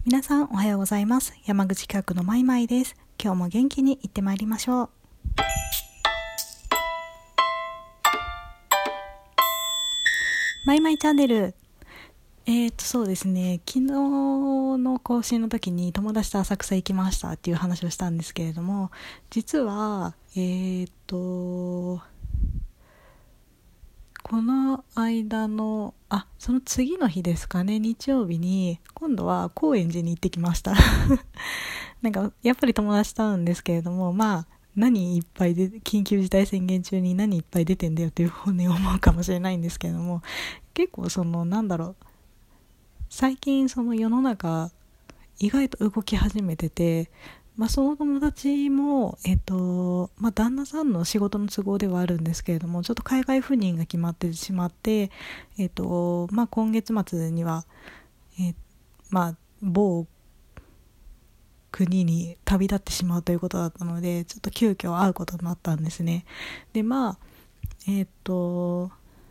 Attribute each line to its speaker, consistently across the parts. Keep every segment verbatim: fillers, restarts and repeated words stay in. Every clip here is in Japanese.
Speaker 1: 皆さんおはようございます。山口企画のまいまいです。今日も元気に行ってまいりましょう。まいまいチャンネル。えーとそうですね、昨日の更新の時に友達と浅草行きましたっていう話をしたんですけれども、実はえーとこの間のあその次の日ですかね、日曜日に今度は高円寺に行ってきましたなんかやっぱり友達と会うんですけれども、まあ何いっぱいで緊急事態宣言中に何いっぱい出てんだよっていうふうに思うかもしれないんですけれども、結構そのなんだろう最近その世の中意外と動き始めてて、まあ、その友達も、えっとまあ、旦那さんの仕事の都合ではあるんですけれども、ちょっと海外赴任が決まってしまって、えっとまあ、今月末には、えまあ、某国に旅立ってしまうということだったので、ちょっと急遽会うことになったんですね。でまあえっと、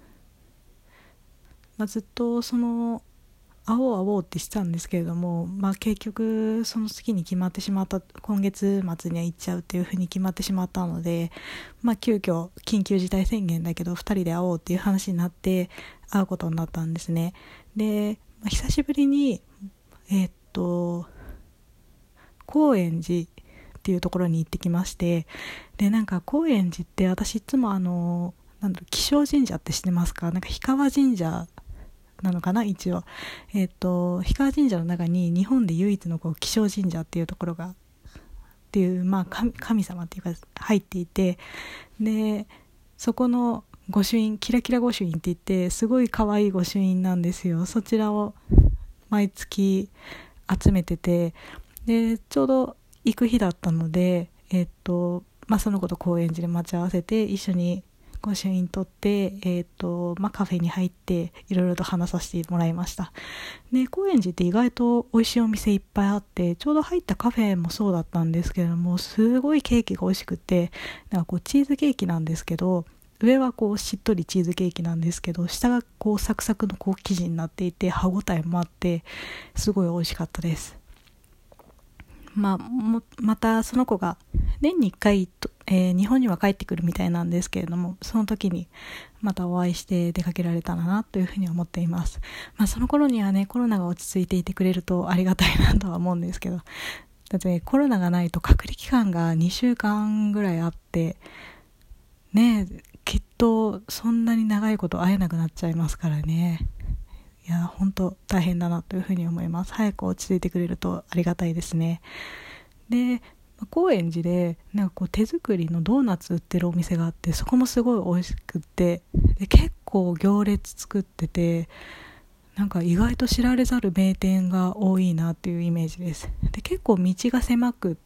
Speaker 1: まあ、ずっとその会おう会おうってしたんですけれども、まあ、結局その月に決まってしまった、今月末には行っちゃうっていうふうに決まってしまったので、まあ、急遽緊急事態宣言だけどふたりで会おうっていう話になって会うことになったんですね。で、まあ、久しぶりにえーっと高円寺っていうところに行ってきまして、でなんか高円寺って私いつもあのなんだろう、気象神社って知ってますか？なんか氷川神社なのかな一応、えっ、と氷川神社の中に日本で唯一のこう気象神社っていうところがっていう、まあ、神, 神様っていうか入っていて、でそこの御朱印、キラキラ御朱印って言ってすごい可愛い御朱印なんですよ。そちらを毎月集めてて、でちょうど行く日だったので、えっ、とまあ、その子と高円寺で待ち合わせて一緒に御朱印取って、えーとまあ、カフェに入っていろいろと話させてもらいました。で高円寺って意外と美味しいお店いっぱいあって、ちょうど入ったカフェもそうだったんですけれども、すごいケーキが美味しくて、なんかこうチーズケーキなんですけど、上はこうしっとりチーズケーキなんですけど、下がこうサクサクのこう生地になっていて歯ごたえもあってすごい美味しかったです。まあ、もまたその子が年にいっかいと、えー、日本には帰ってくるみたいなんですけれども、その時にまたお会いして出かけられたらなというふうに思っています。まあ、その頃にはねコロナが落ち着いていてくれるとありがたいなとは思うんですけど、だって、ね、コロナがないと隔離期間がにしゅうかんぐらいあってね、きっとそんなに長いこと会えなくなっちゃいますからね。いや本当大変だなというふうに思います。早く落ち着いてくれるとありがたいですね。で高円寺でなんかこう手作りのドーナツ売ってるお店があって、そこもすごい美味しくって、で結構行列作ってて、なんか意外と知られざる名店が多いなっていうイメージです。で結構道が狭くって、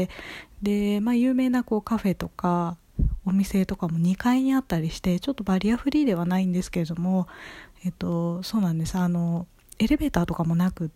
Speaker 1: で、まあ、有名なこうカフェとかお店とかもにかいにあったりして、ちょっとバリアフリーではないんですけれども、えっとそうなんです、あのエレベーターとかもなくって、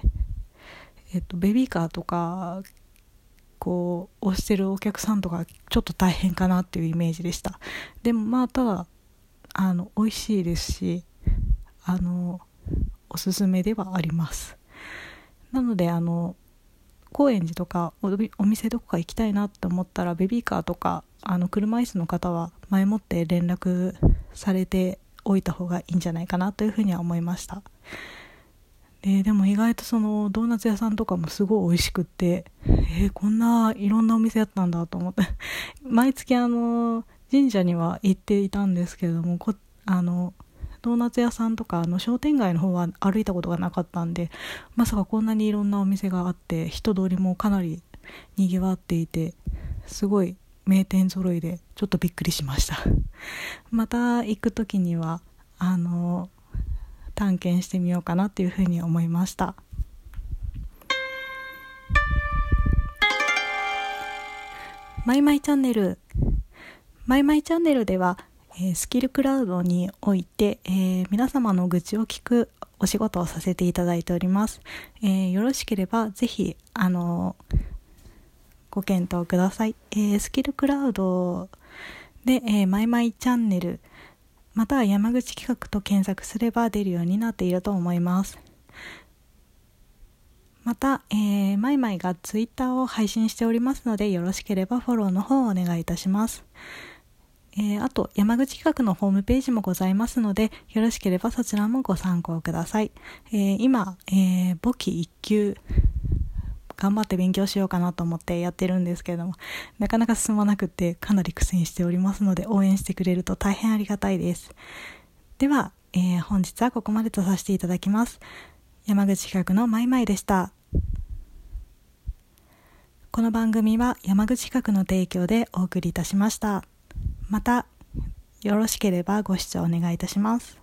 Speaker 1: えっと、ベビーカーとかこう押してるお客さんとかちょっと大変かなっていうイメージでした。でもまあただあの美味しいですし、あのおすすめではあります。なのであの高円寺とか お, お店どこか行きたいなって思ったら、ベビーカーとかあの車椅子の方は前もって連絡されておいた方がいいんじゃないかなというふうには思いました。で, でも意外とそのドーナツ屋さんとかもすごい美味しくって、えー、こんないろんなお店やったんだと思って毎月あの神社には行っていたんですけれども、こあのドーナツ屋さんとかあの商店街の方は歩いたことがなかったんで、まさかこんなにいろんなお店があって、人通りもかなりにぎわっていて、すごい名店揃いでちょっとびっくりしましたまた行く時にはあの探検してみようかなっていうふうに思いました。マイマイチャンネルマイマイチャンネルでは、えー、スキルクラウドにおいて、えー、皆様の愚痴を聞くお仕事をさせていただいております。えー、よろしければぜひあのご検討ください。えー、スキルクラウドで、えー、マイマイチャンネルまたは山口企画と検索すれば出るようになっていると思います。 また、えー、マイマイがツイッターを配信しておりますので、よろしければフォローの方をお願いいたします。えー、あと、山口企画のホームページもございますので、よろしければそちらもご参考ください。えー、今、えー、簿記いっ級、頑張って勉強しようかなと思ってやってるんですけれども、なかなか進まなくてかなり苦戦しておりますので、応援してくれると大変ありがたいです。では、えー、本日はここまでとさせていただきます。山口企画のマイマイでした。この番組は山口企画の提供でお送りいたしました。またよろしければご視聴お願いいたします。